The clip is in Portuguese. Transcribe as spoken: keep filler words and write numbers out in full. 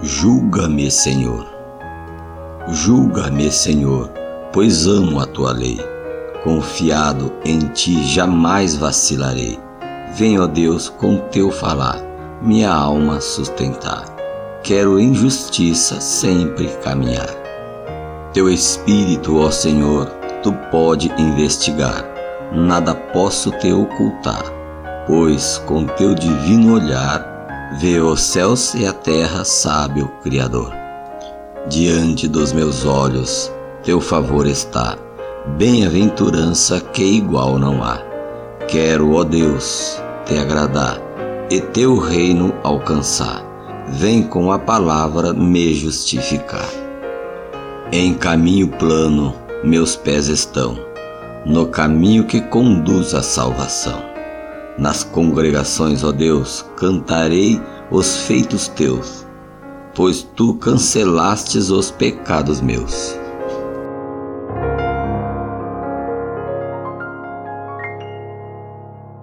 Julga-me, Senhor. Julga-me, Senhor, pois amo a tua lei. Confiado em ti jamais vacilarei. Vem, ó Deus, com teu falar, minha alma sustentar. Quero em justiça sempre caminhar. Teu Espírito, ó Senhor, tu pode investigar. Nada posso te ocultar, pois com teu divino olhar vê os céus e a terra, sabe o Criador. Diante dos meus olhos teu favor está, bem-aventurança que igual não há. Quero, ó Deus, te agradar e teu reino alcançar. Vem com a palavra me justificar. Em caminho plano meus pés estão, no caminho que conduz à salvação. Nas congregações, ó Deus, cantarei os feitos teus, pois tu cancelastes os pecados meus.